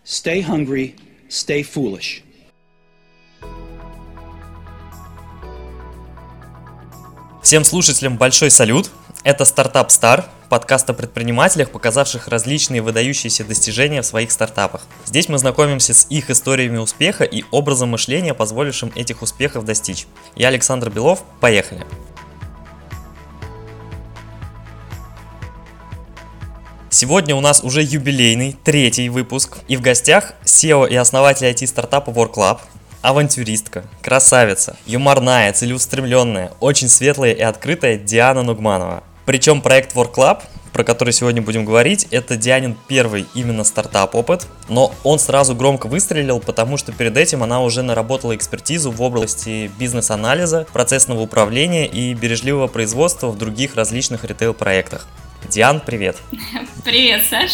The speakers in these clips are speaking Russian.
Stay hungry, stay foolish. Всем слушателям большой салют! Это Startup Star, подкаст о предпринимателях, показавших различные выдающиеся достижения в своих стартапах. Здесь мы знакомимся с их историями успеха и образом мышления, позволившим этих успехов достичь. Я Александр Белов, поехали! Сегодня у нас уже юбилейный, 3-й выпуск, и в гостях SEO и основатель IT-стартапа WorkLab, авантюристка, красавица, юморная, целеустремленная, очень светлая и открытая Диана Нугманова. Причем проект WorkLab, про который сегодня будем говорить, это Дианин первый именно стартап-опыт, но он сразу громко выстрелил, потому что перед этим она уже наработала экспертизу в области бизнес-анализа, процессного управления и бережливого производства в других различных ритейл-проектах. Диан, привет! Привет, Саш!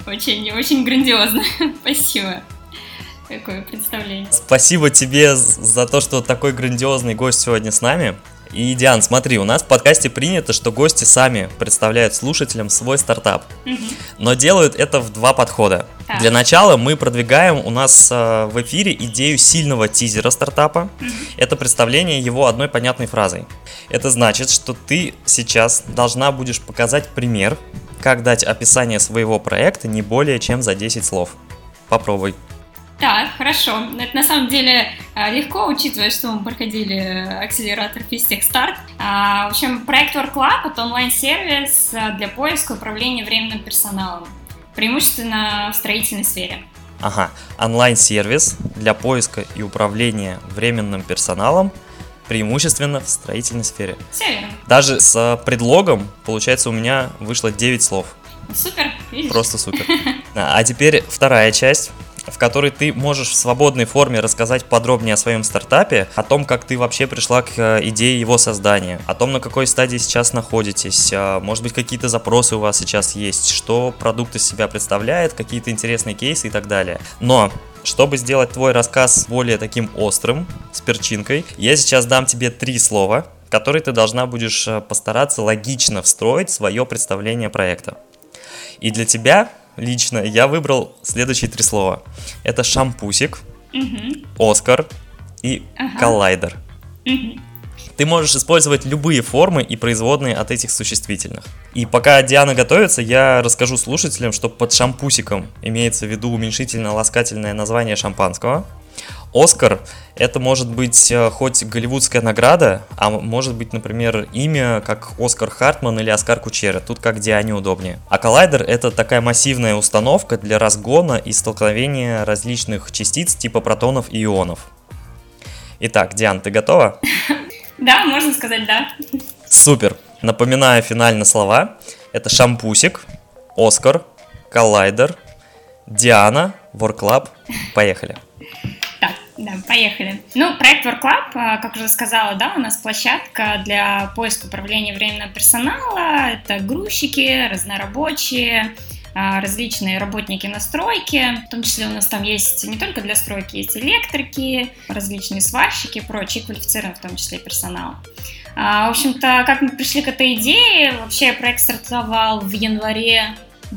Очень грандиозно. Спасибо. Какое представление. Спасибо тебе за то, что такой грандиозный гость сегодня с нами. И, Диан, смотри, у нас в подкасте принято, что гости сами представляют слушателям свой стартап. Но делают это в 2 подхода. Так. Для начала мы продвигаем у нас в эфире идею сильного тизера стартапа. Это представление его одной понятной фразой. Это значит, что ты сейчас должна будешь показать пример, как дать описание своего проекта не более чем за 10 слов. Попробуй. Так, хорошо. Это на самом деле легко, учитывая, что мы проходили акселератор Fistech Start. В общем, проект WorkLab — это онлайн-сервис для поиска и управления временным персоналом, преимущественно в строительной сфере. Ага, онлайн-сервис для поиска и управления временным персоналом, преимущественно в строительной сфере. Все верно. Даже с предлогом, получается, у меня вышло 9 слов. Супер, видишь? Просто супер. А теперь вторая часть, в которой ты можешь в свободной форме рассказать подробнее о своем стартапе, о том, как ты вообще пришла к идее его создания, о том, на какой стадии сейчас находитесь, может быть, какие-то запросы у вас сейчас есть, что продукт из себя представляет, какие-то интересные кейсы и так далее. Но чтобы сделать твой рассказ более таким острым, с перчинкой, я сейчас дам тебе 3 слова, которые ты должна будешь постараться логично встроить в свое представление проекта. И для тебя лично я выбрал следующие 3 слова. Это шампусик, Оскар и коллайдер. Ты можешь использовать любые формы и производные от этих существительных. И пока Диана готовится, я расскажу слушателям, что под шампусиком имеется в виду уменьшительно-ласкательное название шампанского. Оскар — это может быть хоть голливудская награда, а может быть, например, имя, как Оскар Хартман или Оскар Кучера, тут как Диане удобнее. А коллайдер — это такая массивная установка для разгона и столкновения различных частиц типа протонов и ионов. Итак, Диан, ты готова? Да, можно сказать да. Супер! Напоминаю финально слова. Это шампусик, Оскар, коллайдер, Диана, WorkLab. Поехали! Так, да, поехали. Ну, проект WorkLab, как уже сказала, да, у нас площадка для поиска управления временного персонала. Это грузчики, разнорабочие, различные работники на стройке. В том числе у нас там есть не только для стройки, есть электрики, различные сварщики и прочие квалифицированные, в том числе персонал. В общем-то, как мы пришли к этой идее, вообще проект стартовал в январе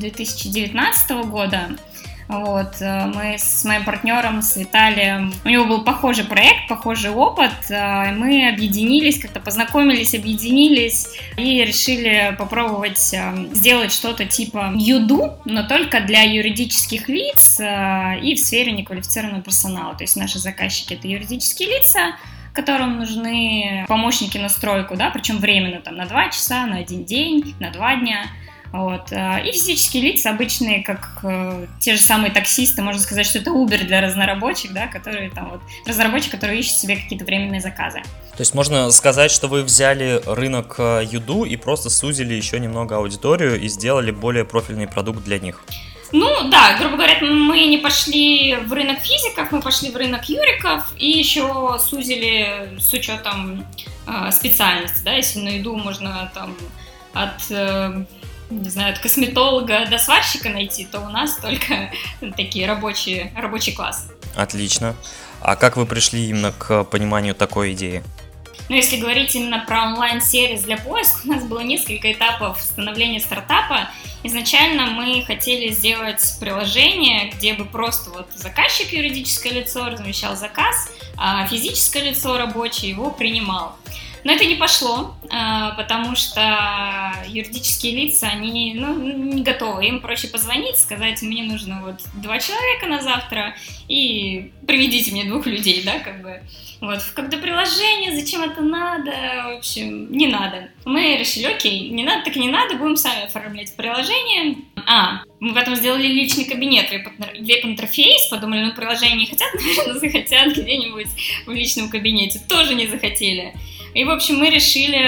2019 года. Вот, мы с моим партнером, с Виталием, у него был похожий проект, похожий опыт, мы объединились, как-то познакомились, объединились и решили попробовать сделать что-то типа Юду, но только для юридических лиц и в сфере неквалифицированного персонала. То есть наши заказчики — это юридические лица, которым нужны помощники на стройку, да, причем временно, там, на 2 часа, на 1 день, на 2 дня. Вот. И физические лица обычные, как те же самые таксисты, можно сказать, что это Uber для разнорабочих, да, которые там вот разнорабочие, которые ищут себе какие-то временные заказы. То есть можно сказать, что вы взяли рынок Юду и просто сузили еще немного аудиторию и сделали более профильный продукт для них. Ну да, грубо говоря, мы не пошли в рынок физиков, мы пошли в рынок юриков и еще сузили с учетом специальности, да, если на Юду можно там не знаю, от косметолога до сварщика найти, то у нас только такие рабочий класс. Отлично. А как вы пришли именно к пониманию такой идеи? Ну, если говорить именно про онлайн-сервис для поиска, у нас было несколько этапов становления стартапа, Изначально мы хотели сделать приложение, где бы просто вот заказчик, юридическое лицо, размещал заказ, а физическое лицо рабочее его принимал. Но это не пошло, потому что юридические лица, они не готовы. Им проще позвонить, сказать, мне нужно вот 2 человека на завтра, и приведите мне 2 людей, да, как бы. Вот, когда приложение, зачем это надо, в общем, не надо. Мы решили, окей, не надо, так не надо, будем сами оформлять приложение. Мы потом сделали личный кабинет, веб-интерфейс, подумали, приложение не хотят, наверное, захотят где-нибудь в личном кабинете, тоже не захотели. И, в общем, мы решили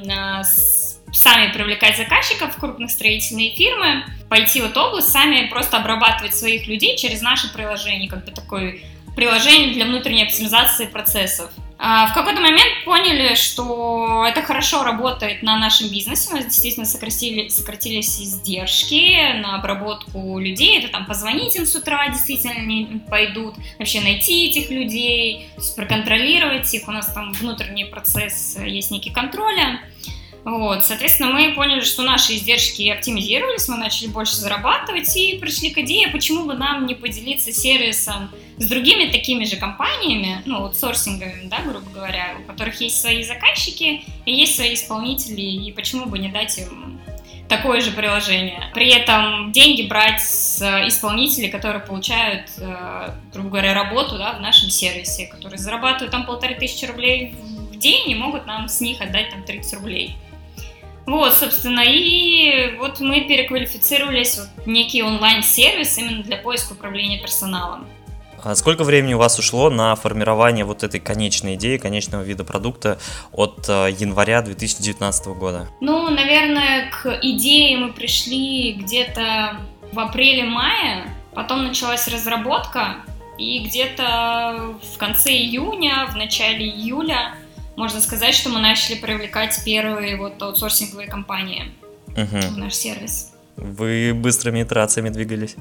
сами привлекать заказчиков в крупных строительные фирмы, пойти в эту область, сами просто обрабатывать своих людей через наше приложение, как бы такое приложение для внутренней оптимизации процессов. В какой-то момент поняли, что это хорошо работает на нашем бизнесе, у нас действительно сократились издержки на обработку людей, это там позвонить им с утра действительно не пойдут, вообще найти этих людей, проконтролировать их, у нас там внутренний процесс есть некий контроля. Вот, соответственно, мы поняли, что наши издержки оптимизировались, мы начали больше зарабатывать и пришли к идее, почему бы нам не поделиться сервисом с другими такими же компаниями, аутсорсинговыми, да, грубо говоря, у которых есть свои заказчики и есть свои исполнители, и почему бы не дать им такое же приложение. При этом деньги брать с исполнителей, которые получают, грубо говоря, работу, да, в нашем сервисе, которые зарабатывают там 1500 рублей в день и могут нам с них отдать там 30 рублей. Вот, собственно, и вот мы переквалифицировались в некий онлайн-сервис именно для поиска управления персоналом. А сколько времени у вас ушло на формирование вот этой конечной идеи, конечного вида продукта от января 2019 года? Наверное, к идее мы пришли где-то в апреле-мае, потом началась разработка, и где-то в конце июня, в начале июля можно сказать, что мы начали привлекать первые вот аутсорсинговые компании в наш сервис. Вы быстрыми итерациями двигались?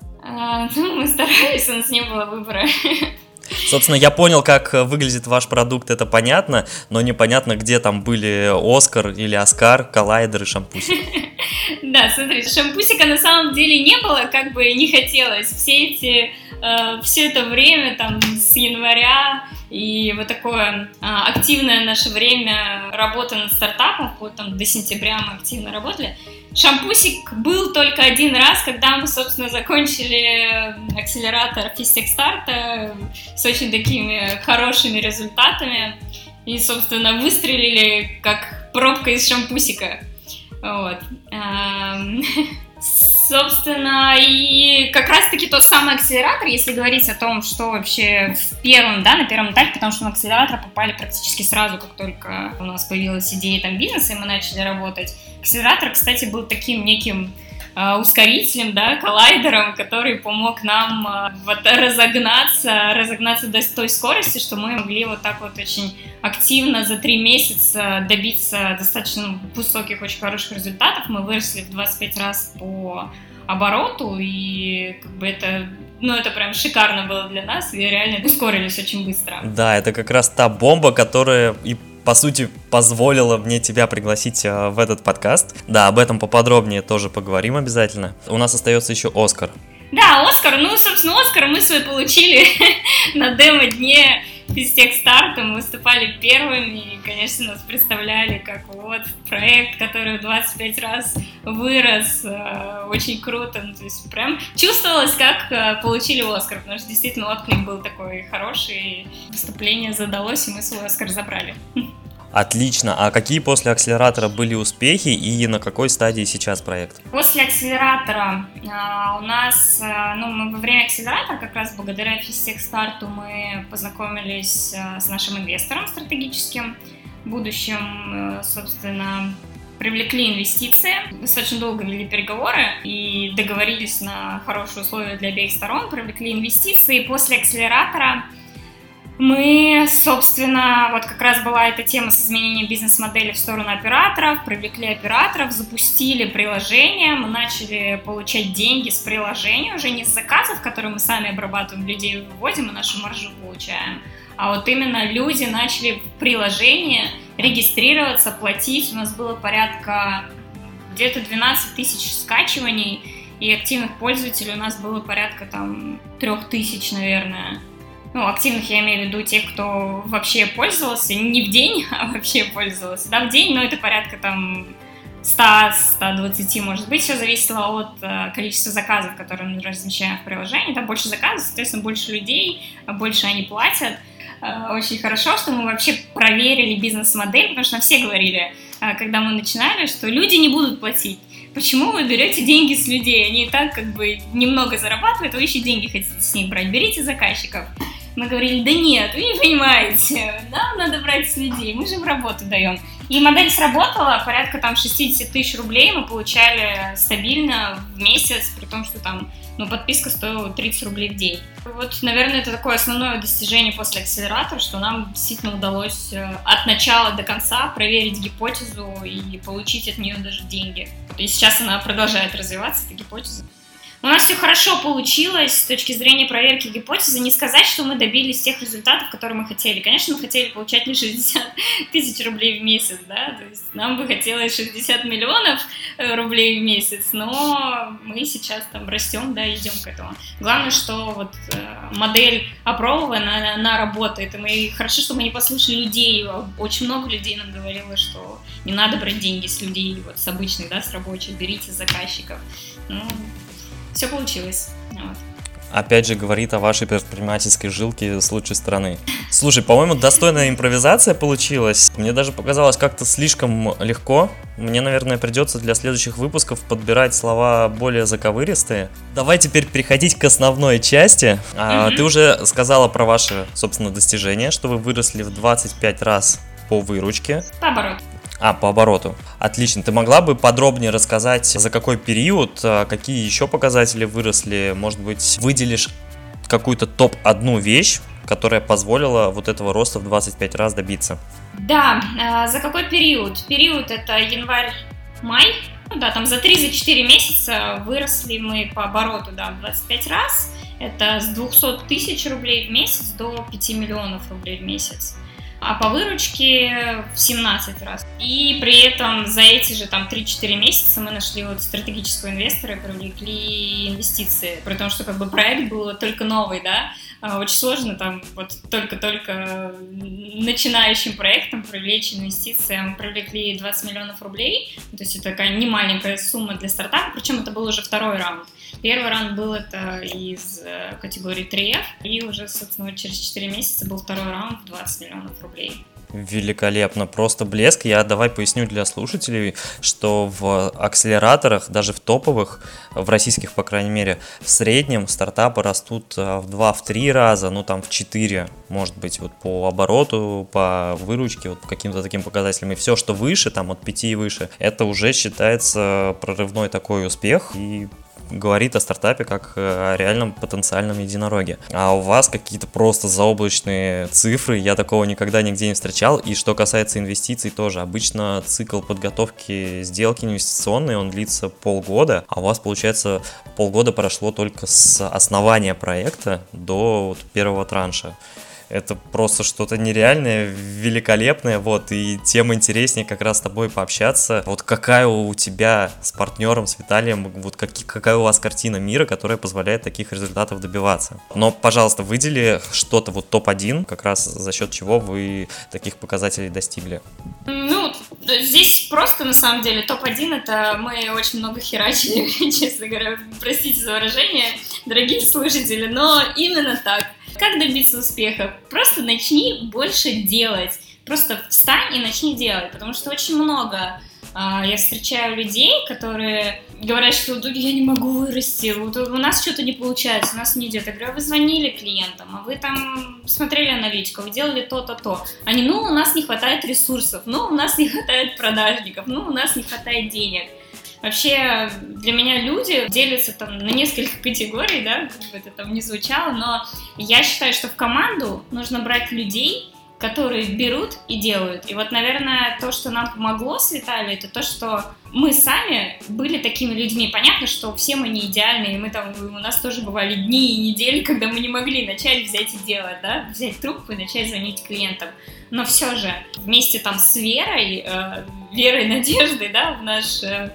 Мы старались, у нас не было выбора. Собственно, я понял, как выглядит ваш продукт, это понятно, но непонятно, где там были Оскар или Оскар, коллайдер и шампусик. Да, смотри, шампусика на самом деле не было, как бы не хотелось. Все это время, там, с января и вот такое активное наше время работы над стартапом, вплоть там до сентября мы активно работали. Шампусик был только один раз, когда мы, собственно, закончили акселератор Физтехстарта с очень такими хорошими результатами и, собственно, выстрелили как пробка из шампусика. Вот. Собственно, и как раз-таки тот самый акселератор, если говорить о том, что вообще на первом этапе, потому что на акселератор попали практически сразу, как только у нас появилась идея там бизнеса, и мы начали работать. Акселератор, кстати, был таким неким ускорителем, да, коллайдером, который помог нам разогнаться до той скорости, что мы могли вот так вот очень активно за 3 месяца добиться достаточно высоких, очень хороших результатов. Мы выросли в 25 раз по обороту, и как бы это прям шикарно было для нас, и реально ускорились очень быстро. Да, это как раз та бомба, которая и по сути, позволила мне тебя пригласить в этот подкаст. Да, об этом поподробнее тоже поговорим обязательно. У нас остается еще Оскар. Да, Оскар, собственно, Оскар мы свой получили на демо-дне Физтехстарта. Мы выступали первыми и, конечно, нас представляли как вот проект, который в 25 раз вырос. Очень круто. То есть прям чувствовалось, как получили Оскар, потому что действительно отклик был такой хороший, выступление задалось, и мы свой Оскар забрали. Отлично. А какие после акселератора были успехи и на какой стадии сейчас проект? После акселератора у нас, мы во время акселератора, как раз благодаря Физтехстарту, мы познакомились с нашим инвестором стратегическим, в будущем, собственно, привлекли инвестиции, достаточно долго вели переговоры и договорились на хорошие условия для обеих сторон, привлекли инвестиции. После акселератора мы, собственно, вот как раз была эта тема с изменением бизнес-модели в сторону операторов, привлекли операторов, запустили приложение, мы начали получать деньги с приложения, уже не с заказов, которые мы сами обрабатываем, людей выводим и нашу маржу получаем, а вот именно люди начали в приложение регистрироваться, платить. У нас было порядка где-то 12 тысяч скачиваний, и активных пользователей у нас было порядка там 3000, наверное. Ну, активных я имею в виду тех, кто вообще пользовался, не в день, а вообще пользовался, да, в день, но это порядка там 100-120, может быть, все зависело от количества заказов, которые мы размещаем в приложении. Там больше заказов, соответственно, больше людей, больше они платят. Очень хорошо, что мы вообще проверили бизнес-модель, потому что нам все говорили, когда мы начинали, что люди не будут платить. Почему вы берете деньги с людей? Они и так как бы немного зарабатывают, вы еще деньги хотите с них брать. Берите заказчиков. Мы говорили, да нет, вы не понимаете, нам надо брать с людей, мы же им работу даем. И модель сработала, порядка там 60 тысяч рублей мы получали стабильно в месяц, при том, что там подписка стоила 30 рублей в день. Вот, наверное, это такое основное достижение после акселератора, что нам действительно удалось от начала до конца проверить гипотезу и получить от нее даже деньги. И сейчас она продолжает развиваться, эта гипотеза. У нас все хорошо получилось с точки зрения проверки гипотезы. Не сказать, что мы добились тех результатов, которые мы хотели. Конечно, мы хотели получать не 60 тысяч рублей в месяц, да, то есть нам бы хотелось 60 миллионов рублей в месяц, но мы сейчас там растем, да, идем к этому. Главное, что вот модель опробована, она работает, и мы хорошо, что мы не послушали людей. Очень много людей нам говорило, что не надо брать деньги с людей, вот с обычных, да, с рабочих, берите заказчиков. Все получилось. Вот. Опять же, говорит о вашей предпринимательской жилке с лучшей стороны. Слушай, по-моему, достойная импровизация получилась. Мне даже показалось как-то слишком легко. Мне, наверное, придется для следующих выпусков подбирать слова более заковыристые. Давай теперь переходить к основной части. Ты уже сказала про ваши, собственно, достижения, что вы выросли в 25 раз по выручке. Наоборот. По обороту. Отлично. Ты могла бы подробнее рассказать, за какой период, какие еще показатели выросли? Может быть, выделишь какую-то топ-одну вещь, которая позволила вот этого роста в 25 раз добиться? Да, за какой период? Период это январь-май. Да, там за 3-4 месяца выросли мы по обороту, да, в 25 раз. Это с 200 тысяч рублей в месяц до 5 миллионов рублей в месяц. А по выручке в 17 раз. И при этом за эти же там 3-4 месяца мы нашли вот стратегического инвестора и привлекли инвестиции. При том, что как бы проект был только новый, да, очень сложно там вот только-только начинающим проектом привлечь инвестиции. Мы привлекли 20 миллионов рублей, то есть это такая немаленькая сумма для стартапа, причем это был уже второй раунд. Первый раунд был это из категории 3F, и уже, собственно, через 4 месяца был второй раунд в 20 миллионов рублей. Великолепно, просто блеск. Я давай поясню для слушателей, что в акселераторах, даже в топовых, в российских, по крайней мере, в среднем стартапы растут в 2-3 раза, ну там в 4, может быть, вот по обороту, по выручке, вот по каким-то таким показателям. И все, что выше, там от 5 и выше, это уже считается прорывной такой успех и говорит о стартапе как о реальном потенциальном единороге. А у вас какие-то просто заоблачные цифры, я такого никогда нигде не встречал. И что касается инвестиций тоже, обычно цикл подготовки сделки инвестиционной, он длится полгода, а у вас, получается, полгода прошло только с основания проекта до вот первого транша. Это просто что-то нереальное, великолепное, вот, и тем интереснее как раз с тобой пообщаться. Вот какая у тебя с партнером, с Виталием, вот какая у вас картина мира, которая позволяет таких результатов добиваться. Но, пожалуйста, выдели что-то вот топ-1, как раз за счет чего вы таких показателей достигли. Ну, здесь просто, на самом деле, топ-1 это мы очень много херачили, честно говоря, простите за выражение, дорогие слушатели, но именно так. Как добиться успеха? Просто начни больше делать. Просто встань и начни делать, потому что очень много я встречаю людей, которые говорят, что я не могу вырасти, вот у нас что-то не получается, у нас не идет. Я говорю, а вы звонили клиентам, а вы там смотрели аналитику, вы делали то-то-то. Они, у нас не хватает ресурсов, у нас не хватает продажников, у нас не хватает денег. Вообще, для меня люди делятся там на несколько категорий, да, как бы это там не звучало, но я считаю, что в команду нужно брать людей, которые берут и делают. И вот, наверное, то, что нам помогло с Виталием, это то, что мы сами были такими людьми. Понятно, что все мы не идеальны, и мы там, у нас тоже бывали дни и недели, когда мы не могли начать взять и делать, да, взять трубку и начать звонить клиентам. Но все же вместе там с Верой, Надеждой, да, в наш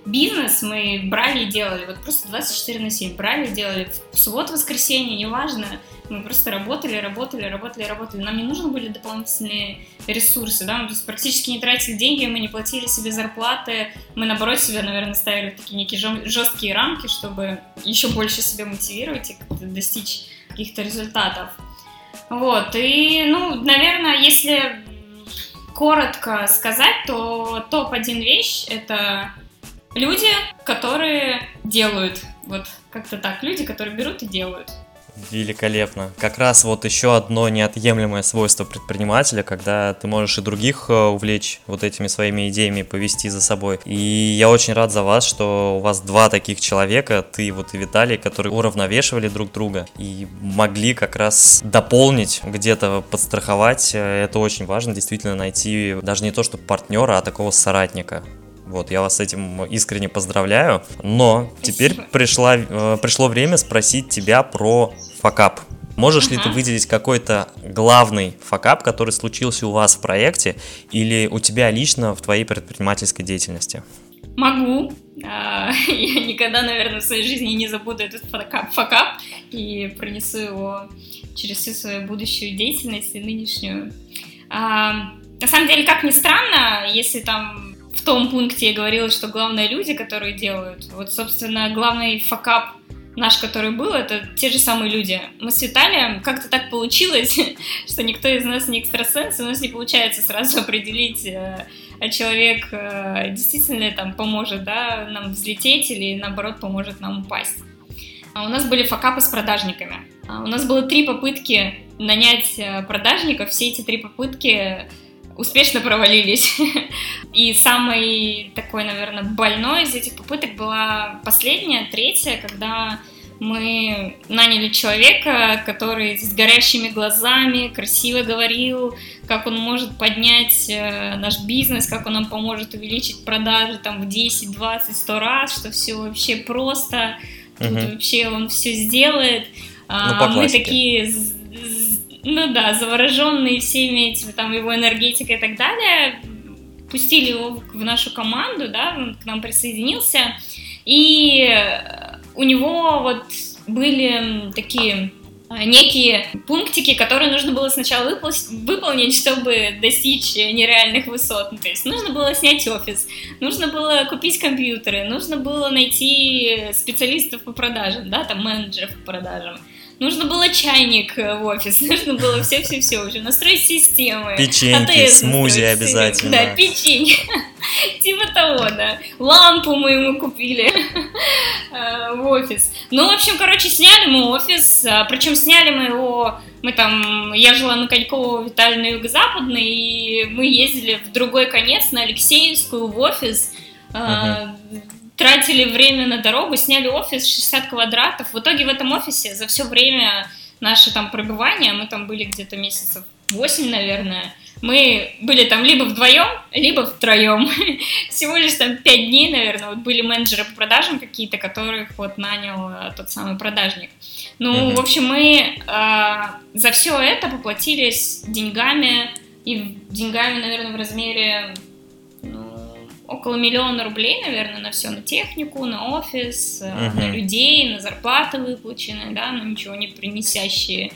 бизнес мы брали и делали, вот просто 24/7 брали и делали, в субботу, воскресенье, неважно, мы просто работали, нам не нужны были дополнительные ресурсы, да, мы то есть практически не тратили деньги, мы не платили себе зарплаты, мы, наоборот, себе, наверное, ставили такие некие жесткие рамки, чтобы еще больше себя мотивировать и как-то достичь каких-то результатов. Вот, и, наверное, если коротко сказать, то топ-1 вещь — это люди, которые делают, вот как-то так, люди, которые берут и делают. Великолепно. Как раз вот еще одно неотъемлемое свойство предпринимателя, когда ты можешь и других увлечь вот этими своими идеями, повести за собой. И я очень рад за вас, что у вас два таких человека, ты вот и Виталий, которые уравновешивали друг друга и могли как раз дополнить, где-то подстраховать. Это очень важно, действительно найти даже не то, что партнера, а такого соратника. Вот, я вас с этим искренне поздравляю. Но теперь пришло время спросить тебя про факап. Можешь ли ты выделить какой-то главный факап, который случился у вас в проекте или у тебя лично в твоей предпринимательской деятельности? Могу. Я никогда, наверное, в своей жизни не забуду этот факап и пронесу его через всю свою будущую деятельность и нынешнюю. На самом деле, как ни странно, если там в том пункте я говорила, что главное люди, которые делают. Вот, собственно, главный факап наш, который был, это те же самые люди. Мы с Виталием, как-то так получилось, что никто из нас не экстрасенс, и у нас не получается сразу определить, человек действительно там поможет, да, нам взлететь или, наоборот, поможет нам упасть. У нас были факапы с продажниками. У нас было 3 попытки нанять продажников, все эти 3 попытки успешно провалились. И самый такой, наверное, больной из этих попыток была последняя, 3-я, когда мы наняли человека, который с горящими глазами красиво говорил, как он может поднять наш бизнес, как он нам поможет увеличить продажи там в 10, 20, 100 раз, что все вообще просто, тут вообще он все сделает. Мы такие... завороженные всеми этими, там, его энергетикой и так далее, пустили его в нашу команду, да, он к нам присоединился, и у него вот были такие некие пунктики, которые нужно было сначала выполнить, чтобы достичь нереальных высот. То есть нужно было снять офис, нужно было купить компьютеры, нужно было найти специалистов по продажам, да, там, менеджеров по продажам. Нужно было чайник в офис, нужно было все-все-все уже настроить системы. Печеньки, смузи обязательно. Да, печенье. Типа того, да. Лампу мы ему купили в офис. Ну, в общем, сняли мы офис, причем сняли мы его... Я жила на Коньково, Виталий на Юго-Западный, и мы ездили в другой конец, на Алексеевскую, в офис, тратили время на дорогу, сняли офис 60 квадратов. В итоге в этом офисе за все время наше там пребывания, мы там были где-то месяцев 8, наверное, мы были там либо вдвоем, либо втроем. Всего лишь там 5 дней, наверное, вот были менеджеры по продажам какие-то, которых вот нанял тот самый продажник. В общем, мы за все это поплатились деньгами, наверное, в размере... около 1 000 000 рублей, наверное, на все, на технику, на офис, на людей, на зарплаты выплаченные, да, на ничего не принесящие.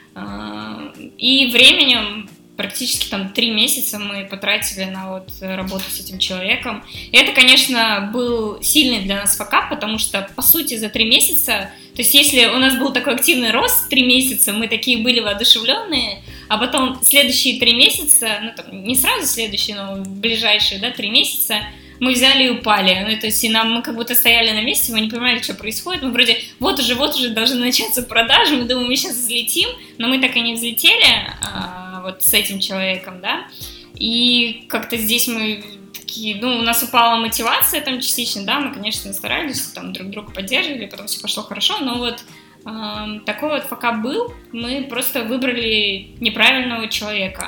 И временем практически там 3 месяца мы потратили на вот работу с этим человеком. И это, конечно, был сильный для нас факап, потому что, по сути, за 3 месяца, то есть если у нас был такой активный рост 3 месяца, мы такие были воодушевленные, а потом следующие 3 месяца, не сразу следующие, но ближайшие, да, 3 месяца, мы взяли и упали. То есть и мы как будто стояли на месте, мы не понимали, что происходит. Мы вроде вот уже должны начаться продажи, мы думаем, мы сейчас взлетим, но мы так и не взлетели вот с этим человеком, да. И как-то здесь мы такие, у нас упала мотивация там частично, да, мы, конечно, старались, там друг друга поддерживали, потом все пошло хорошо, но вот такой вот факап был, мы просто выбрали неправильного человека,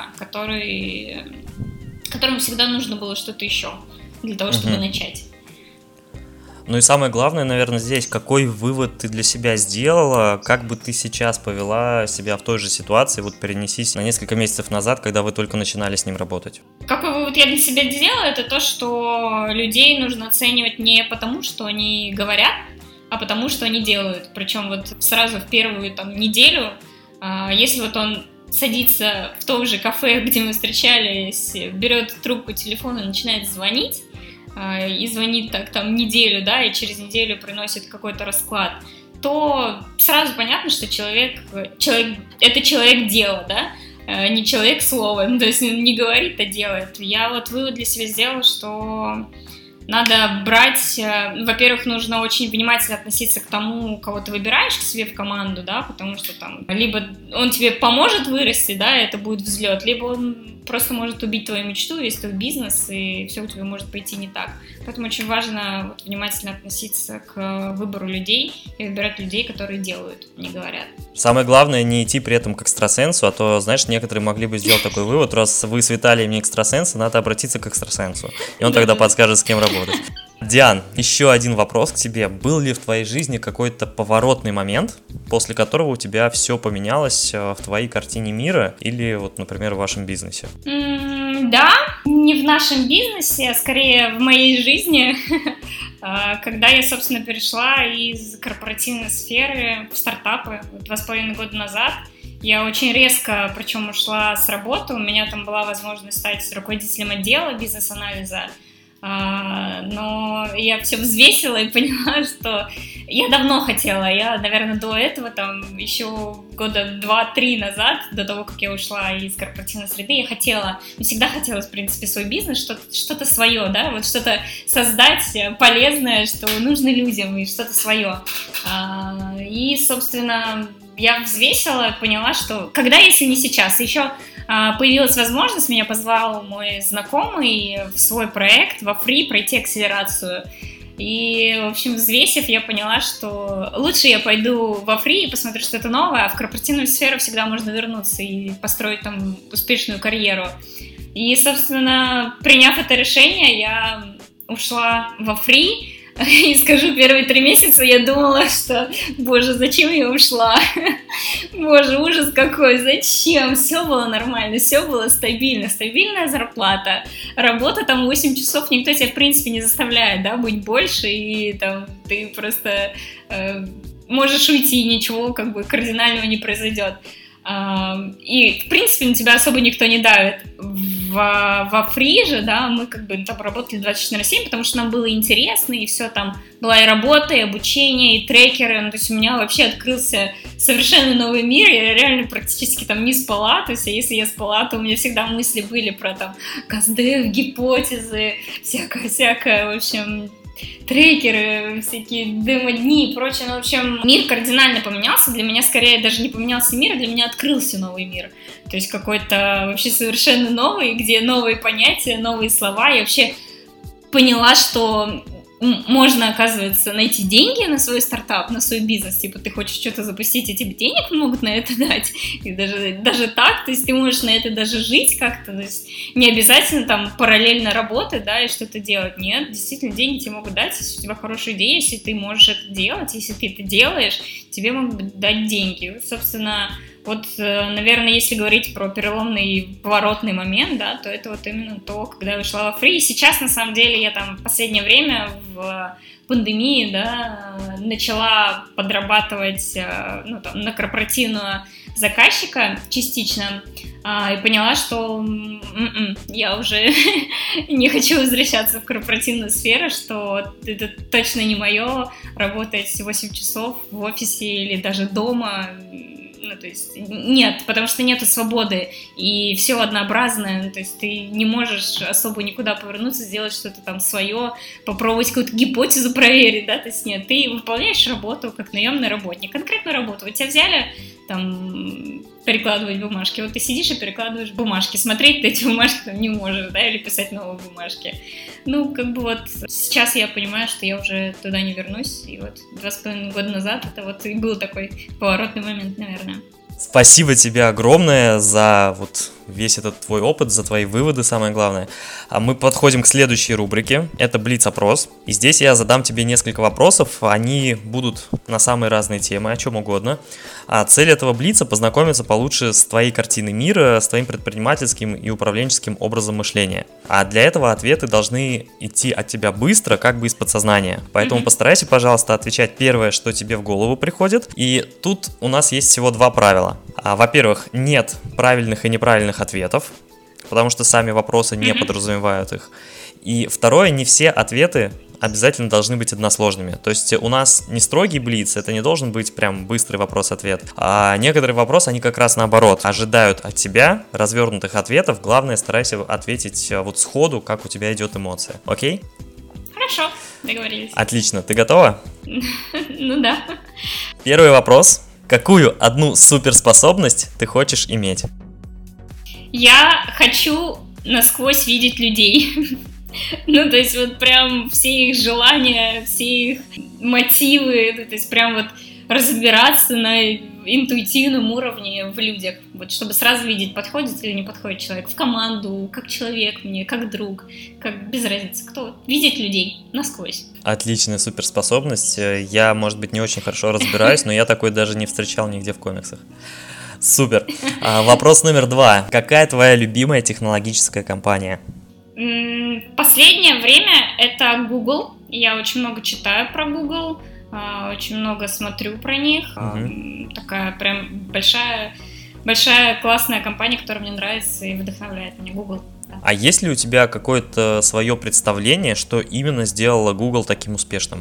которому всегда нужно было что-то еще для того, чтобы начать. Ну и самое главное, наверное, здесь, какой вывод ты для себя сделала, как бы ты сейчас повела себя в той же ситуации, вот перенесись на несколько месяцев назад, когда вы только начинали с ним работать. Какой вывод я для себя сделала, это то, что людей нужно оценивать не потому, что они говорят, а потому, что они делают. Причем вот сразу в первую там неделю, если вот он садится в том же кафе, где мы встречались, берет трубку телефона и начинает звонить, и звонит так там неделю, да, и через неделю приносит какой-то расклад, то сразу понятно, что человек это человек дела, да, не человек слова, ну, то есть он не говорит, а делает. Я вот вывод для себя сделала, что надо брать, во-первых, нужно очень внимательно относиться к тому, кого ты выбираешь к себе в команду, да, потому что там либо он тебе поможет вырасти, да, это будет взлет, либо он просто может убить твою мечту, весь твой бизнес, и все у тебя может пойти не так. Поэтому очень важно вот, внимательно относиться к выбору людей и выбирать людей, которые делают, не говорят. Самое главное, не идти при этом к экстрасенсу, а то, знаешь, некоторые могли бы сделать такой вывод: раз вы с Виталием не экстрасенсы, надо обратиться к экстрасенсу, и он тогда подскажет, с кем работать. Диан, еще один вопрос к тебе. Был ли в твоей жизни какой-то поворотный момент, после которого у тебя все поменялось в твоей картине мира или, вот, например, в вашем бизнесе? Да, не в нашем бизнесе, а скорее в моей жизни, когда я, собственно, перешла из корпоративной сферы в стартапы 2,5 года назад. Я очень резко, причем ушла с работы, у меня там была возможность стать руководителем отдела бизнес-анализа, но я все взвесила и поняла, что я давно хотела. Я, наверное, до этого, там, еще года 2-3 назад, до того, как я ушла из корпоративной среды, я хотела, всегда хотела, в принципе, свой бизнес, что-то свое, да, вот что-то создать полезное, что нужно людям, и что-то свое. И, собственно, я взвесила и поняла, что когда, если не сейчас, еще появилась возможность, меня позвал мой знакомый в свой проект во фри пройти акселерацию. И, в общем, взвесив, я поняла, что лучше я пойду во фри и посмотрю что-то новое, а в корпоративную сферу всегда можно вернуться и построить там успешную карьеру. И, собственно, приняв это решение, я ушла во фри. И скажу, первые 3 месяца я думала, что, боже, зачем я ушла? Боже, ужас какой, зачем? Все было нормально, все было стабильно, стабильная зарплата, работа там 8 часов, никто тебя, в принципе, не заставляет, да, быть больше, и там ты просто можешь уйти, ничего как бы кардинального не произойдет. И, в принципе, на тебя особо никто не давит. Во фри же, да, мы как бы там работали 24/7, потому что нам было интересно, и все там, была и работа, и обучение, и трекеры, ну, то есть у меня вообще открылся совершенно новый мир, я реально практически там не спала, то есть если я спала, то у меня всегда мысли были про там КСДФ, гипотезы, всякое, в общем, трекеры, всякие демо-дни и прочее. Ну, в общем, мир кардинально поменялся. Для меня, скорее, даже не поменялся мир, а для меня открылся новый мир. То есть какой-то вообще совершенно новый, где новые понятия, новые слова. Я вообще поняла, что можно, оказывается, найти деньги на свой стартап, на свой бизнес. Типа, ты хочешь что-то запустить, и тебе денег могут на это дать. И даже так, то есть ты можешь на это даже жить как-то. То есть не обязательно там параллельно работать, да, и что-то делать. Нет, действительно, деньги тебе могут дать, если у тебя хорошая идея, если ты можешь это делать, если ты это делаешь, тебе могут дать деньги. Собственно, вот, наверное, если говорить про переломный поворотный момент, да, то это вот именно то, когда я ушла во фри. И сейчас, на самом деле, я там в последнее время в пандемии, да, начала подрабатывать, ну, там, на корпоративного заказчика частично, и поняла, что я уже не хочу возвращаться в корпоративную сферу, что это точно не мое, работать 8 часов в офисе или даже дома. Ну, то есть нет, потому что нету свободы, и все однообразное, ну, то есть ты не можешь особо никуда повернуться, сделать что-то там свое, попробовать какую-то гипотезу проверить, да, то есть нет, ты выполняешь работу как наемный работник, конкретную работу, вот тебя взяли там перекладывать бумажки, вот ты сидишь и перекладываешь бумажки, смотреть ты эти бумажки там не можешь, да, или писать новые бумажки. Ну, как бы вот сейчас я понимаю, что я уже туда не вернусь, и вот 2,5 года назад это вот и был такой поворотный момент, наверное. Спасибо тебе огромное за вот весь этот твой опыт, за твои выводы, самое главное. А мы подходим к следующей рубрике, это Блиц-опрос. И здесь я задам тебе несколько вопросов, они будут на самые разные темы, о чем угодно. А цель этого Блица — познакомиться получше с твоей картиной мира, с твоим предпринимательским и управленческим образом мышления. А для этого ответы должны идти от тебя быстро, как бы из подсознания. Поэтому постарайся, пожалуйста, отвечать первое, что тебе в голову приходит. И тут у нас есть всего два правила. Во-первых, нет правильных и неправильных ответов, потому что сами вопросы не подразумевают их. И второе, не все ответы обязательно должны быть односложными. То есть у нас не строгий блиц, это не должен быть прям быстрый вопрос-ответ. А некоторые вопросы, они как раз наоборот, ожидают от тебя развернутых ответов. Главное, старайся ответить вот сходу, как у тебя идет эмоция. Окей? Хорошо, договорились. Отлично, ты готова? Ну да. Первый вопрос. Какую одну суперспособность ты хочешь иметь? Я хочу насквозь видеть людей. Ну, то есть вот прям все их желания, все их мотивы, то есть прям вот разбираться на интуитивном уровне в людях, вот чтобы сразу видеть, подходит или не подходит человек в команду, как человек мне, как друг, как без разницы, кто. Видеть людей насквозь. Отличная суперспособность. Я, может быть, не очень хорошо разбираюсь, но я такой даже не встречал нигде в комиксах. Супер. Вопрос номер 2. Какая твоя любимая технологическая компания? Последнее время это Google. Я очень много читаю про Google, очень много смотрю про них. Такая прям большая классная компания, которая мне нравится и вдохновляет меня. Google. Да. А есть ли у тебя какое-то свое представление, что именно сделало Google таким успешным?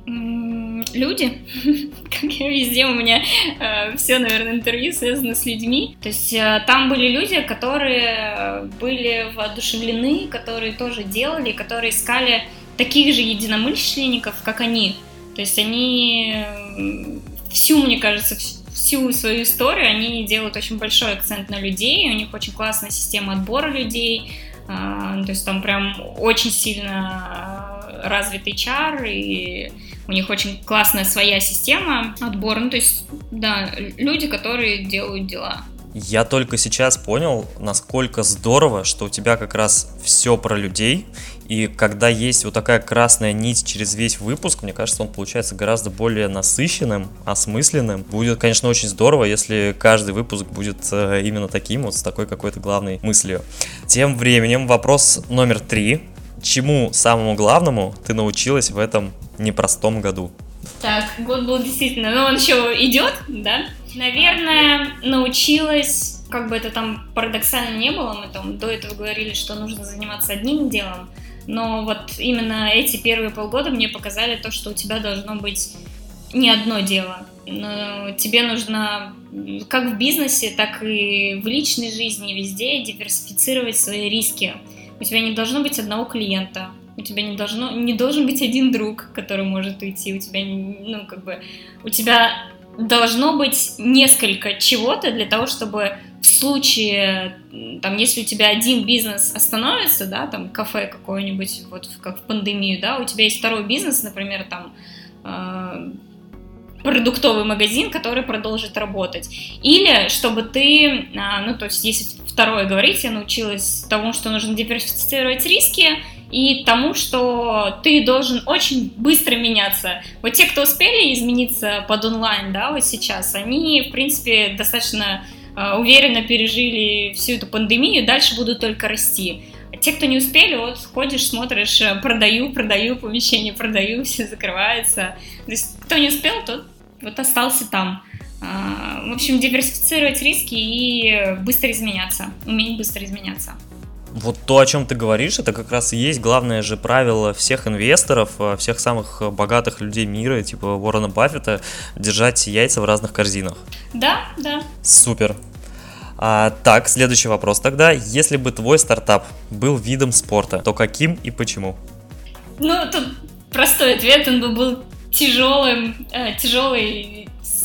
Люди, как и везде у меня все, наверное, интервью связано с людьми. То есть там были люди, которые были воодушевлены, которые тоже делали, которые искали таких же единомышленников, как они. То есть они мне кажется, всю свою историю они делают очень большой акцент на людей, у них очень классная система отбора людей, то есть там прям очень сильно развитый HR, и у них очень классная своя система отбора, ну то есть, да, люди, которые делают дела. Я только сейчас понял, насколько здорово, что у тебя как раз все про людей, и когда есть вот такая красная нить через весь выпуск, мне кажется, он получается гораздо более насыщенным, осмысленным. Будет, конечно, очень здорово, если каждый выпуск будет именно таким, вот с такой какой-то главной мыслью. Тем временем вопрос номер 3. Чему самому главному ты научилась в этом непростом году? Так, год был действительно, но он еще идет, да? Наверное, научилась, как бы это там парадоксально не было, мы там до этого говорили, что нужно заниматься одним делом, но вот именно эти первые полгода мне показали то, что у тебя должно быть не одно дело. Но тебе нужно как в бизнесе, так и в личной жизни, везде диверсифицировать свои риски. У тебя не должно быть одного клиента, у тебя не должен быть один друг, который может уйти, у тебя должно быть несколько чего-то для того, чтобы в случае, там, если у тебя один бизнес остановится, да, там, кафе какое-нибудь, вот как в пандемию, да, у тебя есть второй бизнес, например, там, продуктовый магазин, который продолжит работать. Или чтобы ты, то есть если второе говорить, я научилась тому, что нужно диверсифицировать риски, и тому, что ты должен очень быстро меняться. Вот те, кто успели измениться под онлайн, да, вот сейчас, они, в принципе, достаточно уверенно пережили всю эту пандемию, дальше будут только расти. А те, кто не успели, вот ходишь, смотришь, продаю, помещение продаю, все закрывается. То есть, кто не успел, тот вот остался там. В общем, диверсифицировать риски и быстро изменяться, уметь быстро изменяться. Вот то, о чем ты говоришь, это как раз и есть главное же правило всех инвесторов, всех самых богатых людей мира, типа Уоррена Баффета, держать яйца в разных корзинах. Да. Супер. Так, следующий вопрос тогда. Если бы твой стартап был видом спорта, то каким и почему? Ну, тут простой ответ, он бы был тяжелой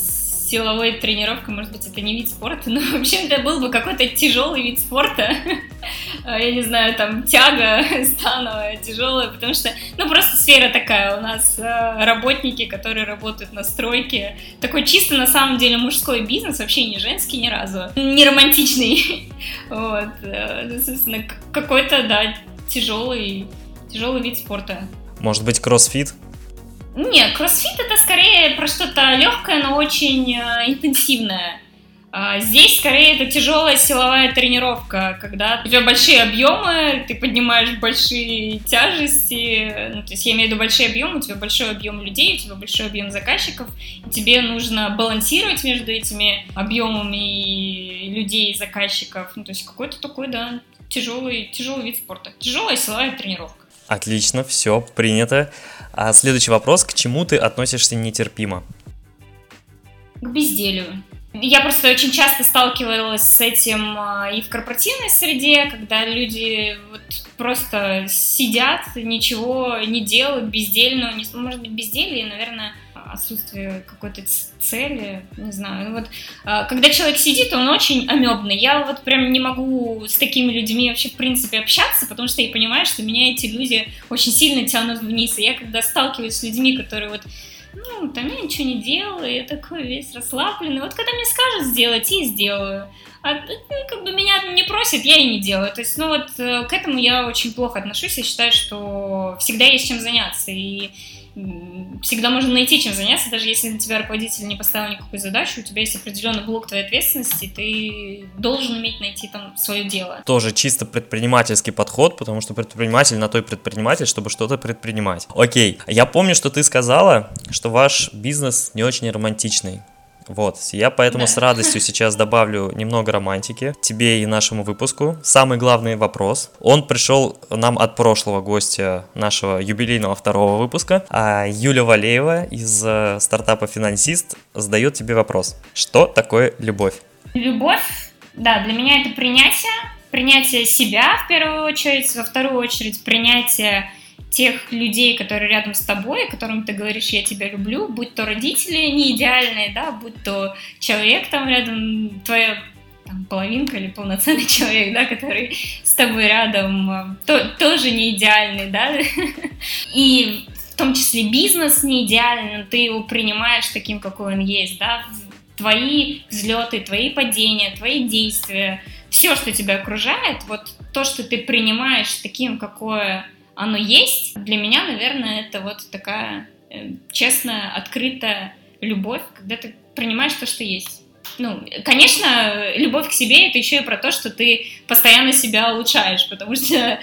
силовой тренировкой, может быть, это не вид спорта, но, в общем, это был бы какой-то тяжелый вид спорта. Я не знаю, там, тяга становая, тяжелая, потому что, ну, просто сфера такая. У нас работники, которые работают на стройке. Такой чисто, на самом деле, мужской бизнес, вообще не женский ни разу. Не романтичный. Вот. Собственно, какой-то, да, тяжелый вид спорта. Может быть, кроссфит? Нет, кроссфит это скорее про что-то легкое, но очень интенсивное. Здесь скорее это тяжелая силовая тренировка, когда у тебя большие объемы, ты поднимаешь большие тяжести, ну, то есть я имею в виду большие объемы, у тебя большой объем людей, у тебя большой объем заказчиков, и тебе нужно балансировать между этими объемами людей и заказчиков, ну, то есть какой-то такой, да, тяжелый вид спорта, тяжелая силовая тренировка. Отлично, все, принято. А следующий вопрос, к чему ты относишься нетерпимо? К безделью. Я просто очень часто сталкивалась с этим и в корпоративной среде, когда люди вот просто сидят, ничего не делают, бездельно, может быть, безделье, наверное, отсутствие какой-то цели, не знаю. Вот, когда человек сидит, он очень амебный. Я вот прям не могу с такими людьми вообще в принципе общаться, потому что я понимаю, что меня эти люди очень сильно тянут вниз. И я когда сталкиваюсь с людьми, которые вот ну, там я ничего не делаю, я такой весь расслабленный. Вот когда мне скажут сделать, я сделаю. А как бы меня не просят, я и не делаю. То есть, ну вот к этому я очень плохо отношусь. Я считаю, что всегда есть чем заняться. И всегда можно найти чем заняться, даже если на тебя руководитель не поставил никакую задачу, у тебя есть определенный блок твоей ответственности, ты должен уметь найти там свое дело. Тоже чисто предпринимательский подход, потому что предприниматель на то и предприниматель, чтобы что-то предпринимать. Окей, я помню, что ты сказала, что ваш бизнес не очень романтичный. Вот, я поэтому с радостью сейчас добавлю немного романтики тебе и нашему выпуску. Самый главный вопрос. Он пришел нам от прошлого гостя нашего юбилейного второго выпуска. А Юля Валеева из стартапа «Финансист» задает тебе вопрос. Что такое любовь? Любовь, да, для меня это принятие себя в первую очередь, во вторую очередь принятие тех людей, которые рядом с тобой, которым ты говоришь, я тебя люблю, будь то родители не идеальные, да, будь то человек там рядом, твоя там, половинка или полноценный человек, да, который с тобой рядом, тоже не идеальный, да, и в том числе бизнес не идеальный, но ты его принимаешь таким, какой он есть, да, твои взлеты, твои падения, твои действия, все, что тебя окружает, вот то, что ты принимаешь таким, какое оно есть, для меня, наверное, это вот такая честная, открытая любовь, когда ты принимаешь то, что есть. Ну, конечно, любовь к себе — это еще и про то, что ты постоянно себя улучшаешь, потому что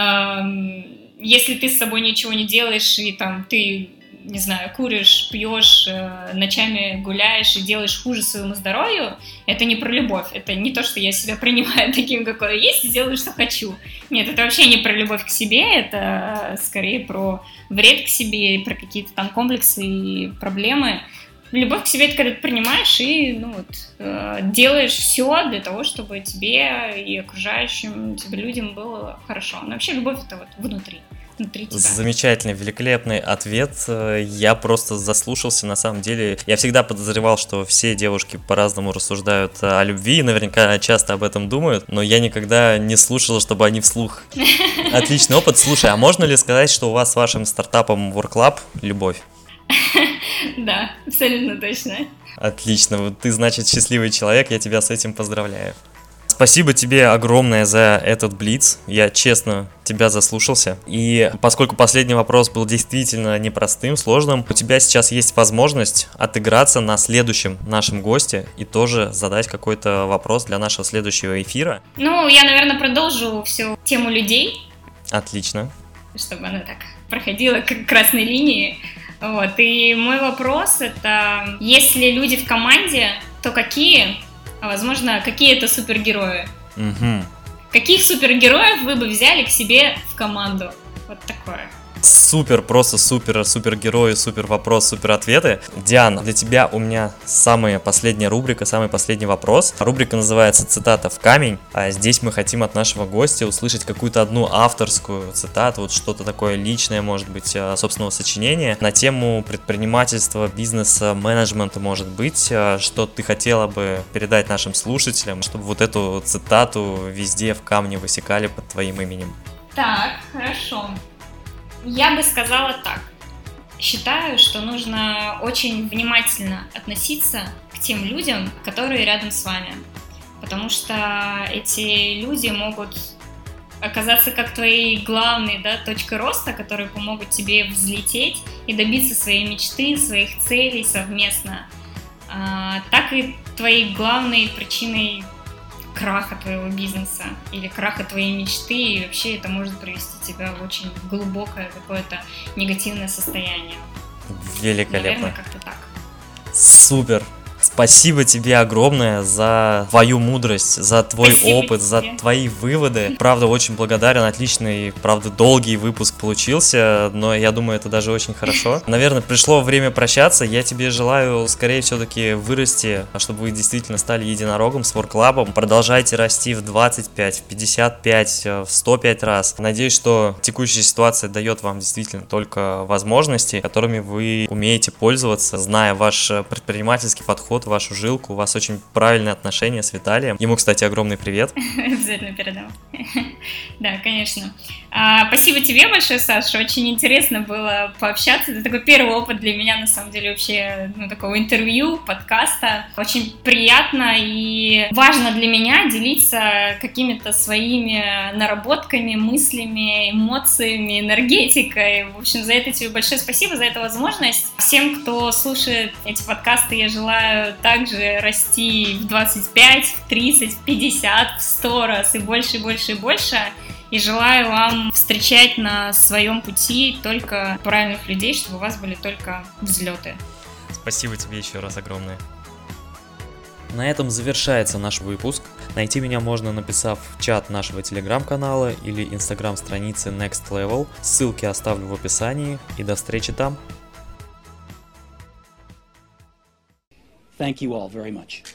если ты с собой ничего не делаешь, и там ты, не знаю, куришь, пьешь, ночами гуляешь и делаешь хуже своему здоровью, это не про любовь, это не то, что я себя принимаю таким, какой я есть, и делаю, что хочу. Нет, это вообще не про любовь к себе, это скорее про вред к себе, про какие-то там комплексы и проблемы. Любовь к себе — это когда ты принимаешь и ну, вот, делаешь все для того, чтобы тебе и окружающим тебе людям было хорошо. Но вообще любовь — это вот внутри тебя. Замечательный, великолепный ответ. Я просто заслушался, на самом деле. Я всегда подозревал, что все девушки по-разному рассуждают о любви, и наверняка часто об этом думают, но я никогда не слушал, чтобы они вслух. Отличный опыт. Слушай, а можно ли сказать, что у вас с вашим стартапом WorkLab любовь? Да, абсолютно точно. Отлично, вот ты, значит, счастливый человек, я тебя с этим поздравляю. Спасибо тебе огромное за этот блиц, я честно тебя заслушался. И поскольку последний вопрос был действительно непростым, сложным, у тебя сейчас есть возможность отыграться на следующем нашем госте и тоже задать какой-то вопрос для нашего следующего эфира. Ну, я, наверное, продолжу всю тему людей. Отлично. Чтобы она так проходила как красной линии. Вот. И мой вопрос — это, если люди в команде, то какие, а возможно, какие это супергерои? Угу. Каких супергероев вы бы взяли к себе в команду? Вот такое. Супер, просто супер, супер герои, супер вопрос, супер ответы. Диана, для тебя у меня самая последняя рубрика, самый последний вопрос. Рубрика называется «Цитата в камень». А здесь мы хотим от нашего гостя услышать какую-то одну авторскую цитату, вот что-то такое личное, может быть, собственного сочинения на тему предпринимательства, бизнеса, менеджмента, может быть, что ты хотела бы передать нашим слушателям, чтобы вот эту цитату везде в камне высекали под твоим именем. Так, хорошо. Я бы сказала так. Считаю, что нужно очень внимательно относиться к тем людям, которые рядом с вами. Потому что эти люди могут оказаться как твоей главной, точкой роста, которые помогут тебе взлететь и добиться своей мечты, своих целей совместно. Так и твоей главной причиной краха твоего бизнеса или краха твоей мечты, и вообще это может привести тебя в очень глубокое какое-то негативное состояние. Великолепно. Наверное, как-то так. Супер. Спасибо тебе огромное за твою мудрость, за твой Спасибо опыт, тебе. за твои выводы. Правда, очень благодарен, отличный, правда, долгий выпуск получился, но я думаю, это даже очень хорошо. Наверное, пришло время прощаться. Я тебе желаю скорее все-таки вырасти, чтобы вы действительно стали единорогом с WorkLab. Продолжайте расти в 25, в 55, в 105 раз. Надеюсь, что текущая ситуация дает вам действительно только возможности, которыми вы умеете пользоваться, зная ваш предпринимательский подход, вашу жилку, у вас очень правильные отношения с Виталием. Ему, кстати, огромный привет. Обязательно передам. Да, конечно. Спасибо тебе большое, Саша. Очень интересно было пообщаться. Это такой первый опыт для меня, на самом деле, вообще, такого интервью, подкаста. Очень приятно и важно для меня делиться какими-то своими наработками, мыслями, эмоциями, энергетикой. В общем, за это тебе большое спасибо, за эту возможность. Всем, кто слушает эти подкасты, я желаю также расти в 25, в 30, в 50, в 100 раз и больше, и больше, и больше. И желаю вам встречать на своем пути только правильных людей, чтобы у вас были только взлеты. Спасибо тебе еще раз огромное. На этом завершается наш выпуск. Найти меня можно, написав в чат нашего телеграм-канала или инстаграм-страницы Next Level. Ссылки оставлю в описании, и до встречи там. Thank you all very much.